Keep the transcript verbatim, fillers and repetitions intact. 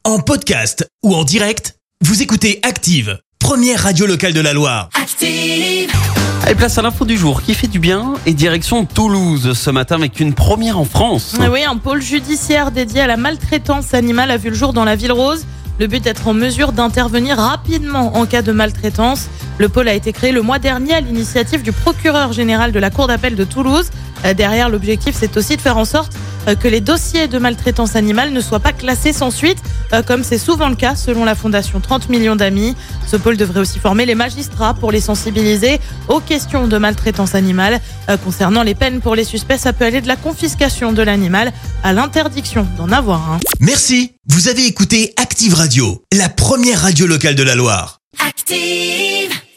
En podcast ou en direct, vous écoutez Active, première radio locale de la Loire. Active. Allez, place à l'info du jour qui fait du bien et direction Toulouse ce matin avec une première en France. Oui, un pôle judiciaire dédié à la maltraitance animale a vu le jour dans la Ville Rose. Le but d'être en mesure d'intervenir rapidement en cas de maltraitance. Le pôle a été créé le mois dernier à l'initiative du procureur général de la Cour d'appel de Toulouse. Derrière, l'objectif, c'est aussi de faire en sorte que les dossiers de maltraitance animale ne soient pas classés sans suite, comme c'est souvent le cas selon la fondation trente millions d'amis. Ce pôle devrait aussi former les magistrats pour les sensibiliser aux questions de maltraitance animale. Concernant les peines pour les suspects, ça peut aller de la confiscation de l'animal à l'interdiction d'en avoir un. Merci, vous avez écouté Active Radio, la première radio locale de la Loire. Active.